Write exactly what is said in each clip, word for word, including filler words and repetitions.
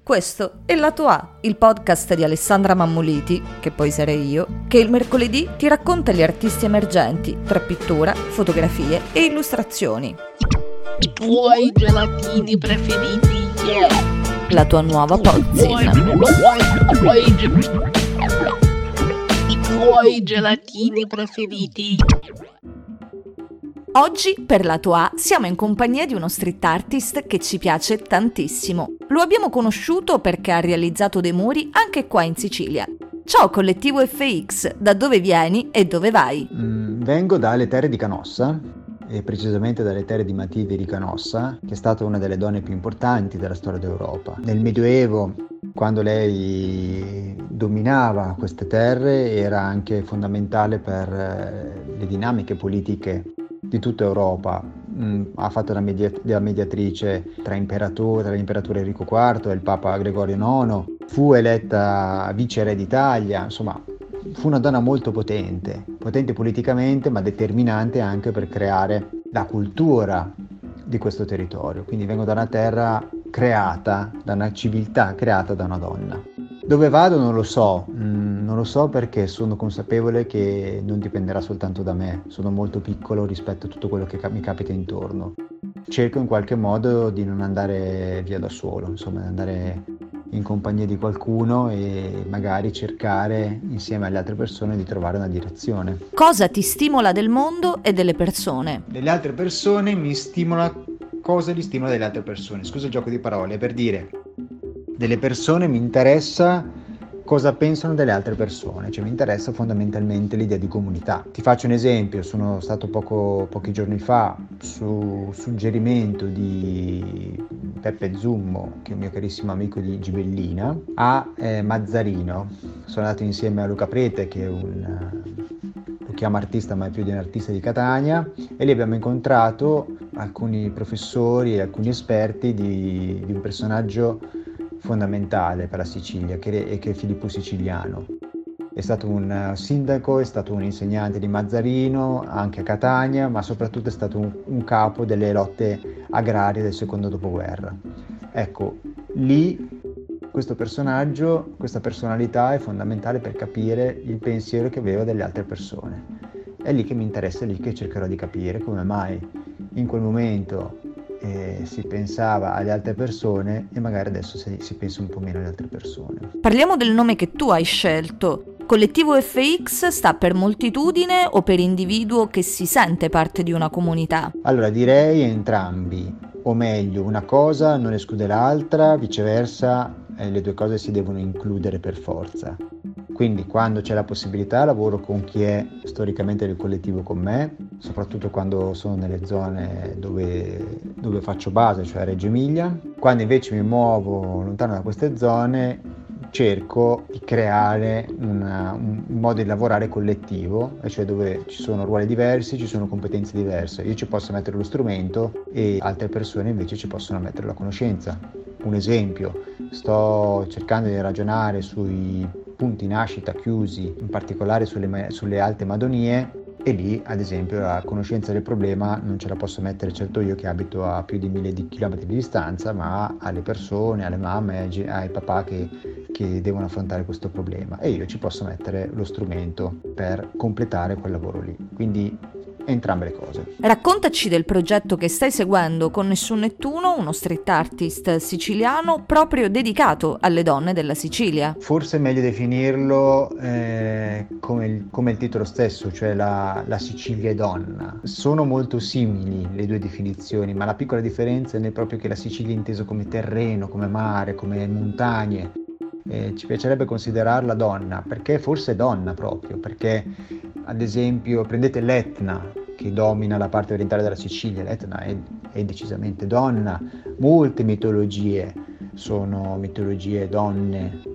Questo è Lato A, il podcast di Alessandra Mammoliti, che poi sarei io, che il mercoledì ti racconta gli artisti emergenti tra pittura, fotografie e illustrazioni. I tuoi gelatini preferiti, yeah. La tua nuova pozzina. I tuoi gelatini preferiti. Oggi per Lato A siamo in compagnia di uno street artist che ci piace tantissimo. Lo abbiamo conosciuto perché ha realizzato dei muri anche qua in Sicilia. Ciao Collettivo F X, da dove vieni e dove vai? Mm, vengo dalle terre di Canossa, e precisamente dalle terre di Matilde di Canossa, che è stata una delle donne più importanti della storia d'Europa. Nel Medioevo, quando lei dominava queste terre, era anche fondamentale per le dinamiche politiche di tutta Europa. Mm, ha fatto la, media- la mediatrice tra, imperatori, tra l'imperatore Enrico quarto e il Papa Gregorio nono, fu eletta viceré d'Italia, insomma fu una donna molto potente, potente politicamente ma determinante anche per creare la cultura di questo territorio. Quindi vengo da una terra creata, da una civiltà creata da una donna. Dove vado non lo so, mm, non lo so perché sono consapevole che non dipenderà soltanto da me, sono molto piccolo rispetto a tutto quello che ca- mi capita intorno. Cerco in qualche modo di non andare via da solo, insomma di andare in compagnia di qualcuno e magari cercare insieme alle altre persone di trovare una direzione. Cosa ti stimola del mondo e delle persone? Delle altre persone mi stimola, cosa li stimola delle altre persone? Scusa il gioco di parole, per dire delle persone mi interessa cosa pensano delle altre persone, cioè mi interessa fondamentalmente l'idea di comunità. Ti faccio un esempio, sono stato poco, pochi giorni fa su suggerimento di Peppe Zummo, che è un mio carissimo amico di Gibellina, a eh, Mazzarino. Sono andato insieme a Luca Prete, che è un, lo chiamo artista ma è più di un artista di Catania, e lì abbiamo incontrato alcuni professori e alcuni esperti di, di un personaggio fondamentale per la Sicilia, che è, che è Filippo Siciliano. È stato un sindaco, è stato un insegnante di Mazzarino, anche a Catania, ma soprattutto è stato un, un capo delle lotte agrarie del secondo dopoguerra. Ecco, lì questo personaggio, questa personalità è fondamentale per capire il pensiero che avevo delle altre persone. È lì che mi interessa, è lì che cercherò di capire come mai in quel momento E si pensava alle altre persone e magari adesso si, si pensa un po' meno alle altre persone. Parliamo del nome che tu hai scelto. Collettivo F X sta per moltitudine o per individuo che si sente parte di una comunità? Allora direi entrambi, o meglio una cosa non esclude l'altra, viceversa eh, le due cose si devono includere per forza. Quindi quando c'è la possibilità lavoro con chi è storicamente del collettivo con me, soprattutto quando sono nelle zone dove, dove faccio base, cioè a Reggio Emilia. Quando invece mi muovo lontano da queste zone cerco di creare una, un modo di lavorare collettivo, cioè dove ci sono ruoli diversi, ci sono competenze diverse. Io ci posso mettere lo strumento e altre persone invece ci possono mettere la conoscenza. Un esempio, sto cercando di ragionare sui punti nascita chiusi, in particolare sulle, sulle alte madonie, e lì ad esempio la conoscenza del problema non ce la posso mettere certo io che abito a più di mille chilometri di distanza, ma alle persone, alle mamme, ai papà che, che devono affrontare questo problema, e io ci posso mettere lo strumento per completare quel lavoro lì. Quindi entrambe le cose. Raccontaci del progetto che stai seguendo con Nessun Nettuno, uno street artist siciliano proprio dedicato alle donne della Sicilia. Forse è meglio definirlo eh, come, il, come il titolo stesso, cioè la, la Sicilia è donna. Sono molto simili le due definizioni, ma la piccola differenza è proprio che la Sicilia è inteso come terreno, come mare, come montagne. Eh, ci piacerebbe considerarla donna, perché forse è donna proprio, perché ad esempio prendete l'Etna che domina la parte orientale della Sicilia, l'Etna è, è decisamente donna, molte mitologie sono mitologie donne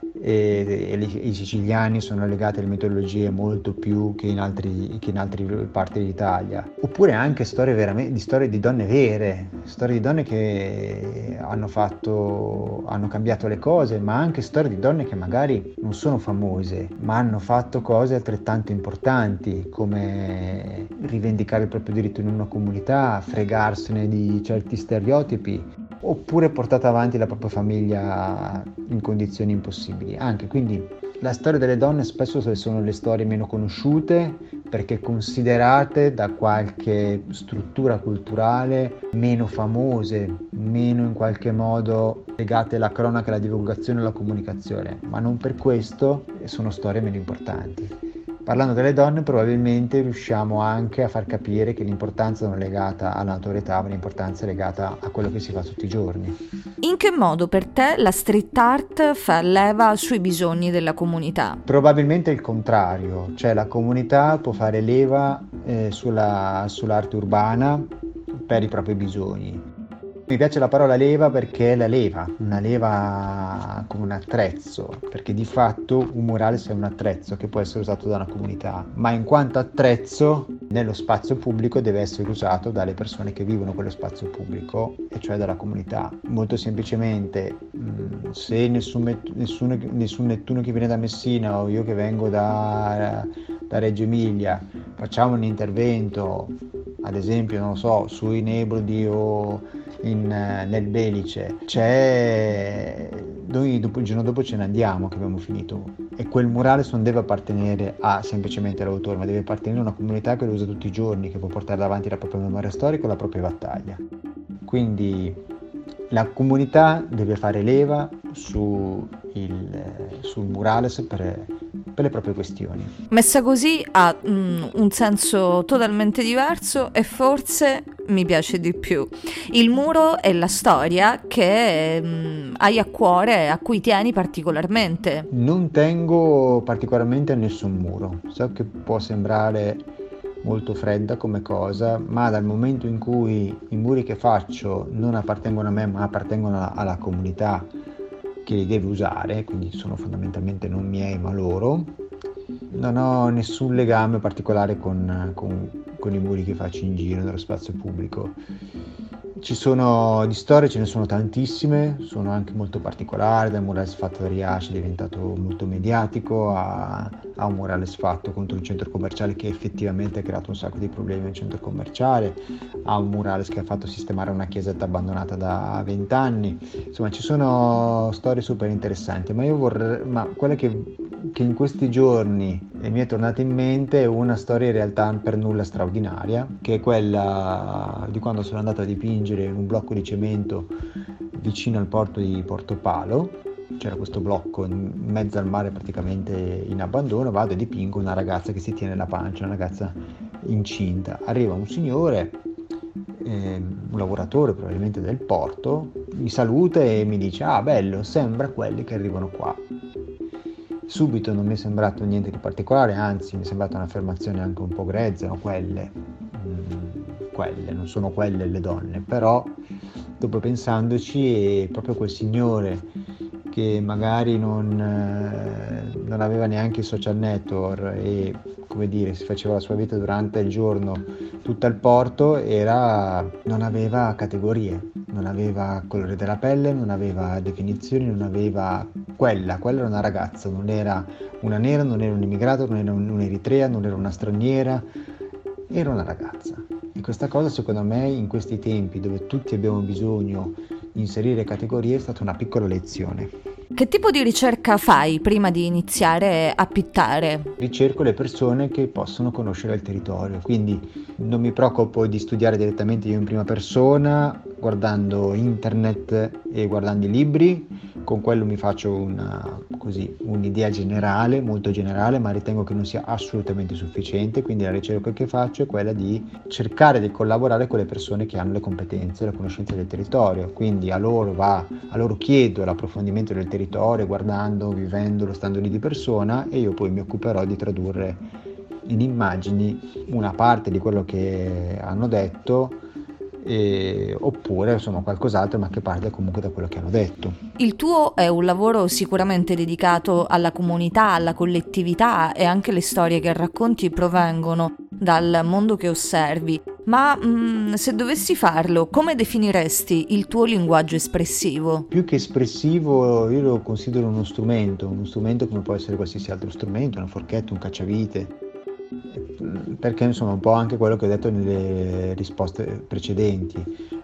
e, e i, i siciliani sono legati alle mitologie molto più che in altri che in altre parti d'Italia, oppure anche storie veramente di storie di donne vere, storie di donne che hanno fatto hanno cambiato le cose, ma anche storie di donne che magari non sono famose ma hanno fatto cose altrettanto importanti, come rivendicare il proprio diritto in una comunità, fregarsene di certi stereotipi oppure portata avanti la propria famiglia in condizioni impossibili. Anche quindi la storia delle donne spesso sono le storie meno conosciute perché considerate da qualche struttura culturale meno famose, meno in qualche modo legate alla cronaca, alla divulgazione e alla comunicazione, ma non per questo sono storie meno importanti. Parlando delle donne probabilmente riusciamo anche a far capire che l'importanza non è legata alla notorietà, ma l'importanza è legata a quello che si fa tutti i giorni. In che modo per te la street art fa leva sui bisogni della comunità? Probabilmente il contrario, cioè la comunità può fare leva eh, sulla, sull'arte urbana per i propri bisogni. Mi piace la parola leva perché è la leva, una leva come un attrezzo, perché di fatto un murales è un attrezzo che può essere usato da una comunità, ma in quanto attrezzo nello spazio pubblico deve essere usato dalle persone che vivono quello spazio pubblico, e cioè dalla comunità. Molto semplicemente, se nessun, nessuno, nessun Nettuno che viene da Messina o io che vengo da, da Reggio Emilia facciamo un intervento, ad esempio, non lo so, sui Nebrodi o in, nel Belice, c'è, noi dopo, il giorno dopo ce ne andiamo che abbiamo finito, e quel murales non deve appartenere a semplicemente all'autore, ma deve appartenere a una comunità che lo usa tutti i giorni, che può portare avanti la propria memoria storica o la propria battaglia. Quindi la comunità deve fare leva su il, sul murales per, per le proprie questioni. Messa così ha mm, un senso totalmente diverso e forse mi piace di più. Il muro è la storia che mm, hai a cuore, a cui tieni particolarmente. Non tengo particolarmente a nessun muro. So che può sembrare molto fredda come cosa, ma dal momento in cui i muri che faccio non appartengono a me ma appartengono alla comunità che li deve usare, quindi sono fondamentalmente non miei ma loro, non ho nessun legame particolare con, con, con i muri che faccio in giro nello spazio pubblico. Ci sono di storie, ce ne sono tantissime, sono anche molto particolari, dal murales fatto da Riace è diventato molto mediatico a, a un murales fatto contro un centro commerciale che effettivamente ha creato un sacco di problemi al centro commerciale, a un murales che ha fatto sistemare una chiesetta abbandonata da vent'anni. Insomma, ci sono storie super interessanti, ma io vorrei, ma quella che, che in questi giorni mi è tornata in mente è una storia in realtà per nulla straordinaria, che è quella di quando sono andato a dipingere in un blocco di cemento vicino al porto di Portopalo. C'era questo blocco in mezzo al mare praticamente in abbandono, vado e dipingo una ragazza che si tiene la pancia, una ragazza incinta. Arriva un signore, eh, un lavoratore probabilmente del porto, mi saluta e mi dice: ah, bello, sembra quelli che arrivano qua. Subito non mi è sembrato niente di particolare, anzi mi è sembrata un'affermazione anche un po' grezza, no? Quelle, mm, quelle, non sono quelle le donne, però dopo pensandoci è proprio quel signore che magari non, eh, non aveva neanche i social network e, come dire, si faceva la sua vita durante il giorno tutto al porto, era, non aveva categorie, non aveva colore della pelle, non aveva definizioni, non aveva quella, quella era una ragazza, non era una nera, non era un immigrato, non era un'eritrea, non era una straniera, era una ragazza. E questa cosa secondo me in questi tempi dove tutti abbiamo bisogno di inserire categorie è stata una piccola lezione. Che tipo di ricerca fai prima di iniziare a pittare? Ricerco le persone che possono conoscere il territorio, quindi non mi preoccupo di studiare direttamente io in prima persona, guardando internet e guardando i libri, con quello mi faccio una, così, un'idea generale, molto generale, ma ritengo che non sia assolutamente sufficiente, quindi la ricerca che faccio è quella di cercare di collaborare con le persone che hanno le competenze e la conoscenza del territorio, quindi a loro, va, a loro chiedo l'approfondimento del territorio, guardando, vivendolo, stando lì di persona, e io poi mi occuperò di tradurre in immagini una parte di quello che hanno detto, E, oppure insomma qualcos'altro, ma che parte comunque da quello che hanno detto. Il tuo è un lavoro sicuramente dedicato alla comunità, alla collettività, e anche le storie che racconti provengono dal mondo che osservi, ma mh, se dovessi farlo, come definiresti il tuo linguaggio espressivo? Più che espressivo io lo considero uno strumento, uno strumento come può essere qualsiasi altro strumento, una forchetta, un cacciavite, perché insomma un po' anche quello che ho detto nelle risposte precedenti.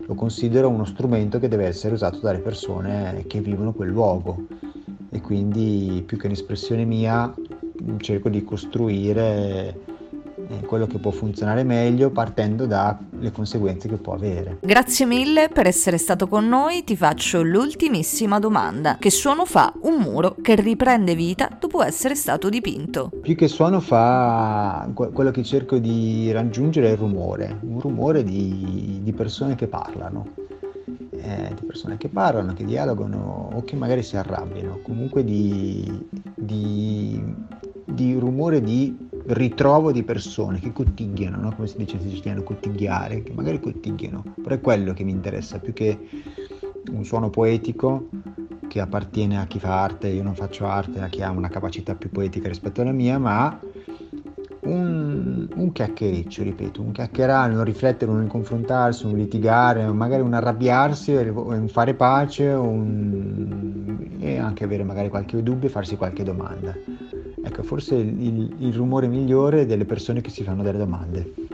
lo considero uno strumento che deve essere usato dalle persone che vivono quel luogo, e quindi più che un'espressione mia cerco di costruire quello che può funzionare meglio partendo dalle conseguenze che può avere. Grazie mille per essere stato con noi. Ti faccio l'ultimissima domanda: che suono fa un muro che riprende vita dopo essere stato dipinto? Più che suono fa quello che cerco di raggiungere è il rumore, un rumore di, di persone che parlano, eh, di persone che parlano, che dialogano o che magari si arrabbiano, comunque di, di, di rumore di ritrovo di persone che cottighiano, no? Come si dice in siciliano, cottighiare, che magari cottighiano, però è quello che mi interessa più che un suono poetico che appartiene a chi fa arte. Io non faccio arte, a chi ha una capacità più poetica rispetto alla mia, ma un, un chiacchiericcio, ripeto, un chiacchierare, un riflettere, un confrontarsi, un litigare, magari un arrabbiarsi, un fare pace, un... e anche avere magari qualche dubbio e farsi qualche domanda. Ecco, forse il, il rumore migliore delle persone che si fanno delle domande.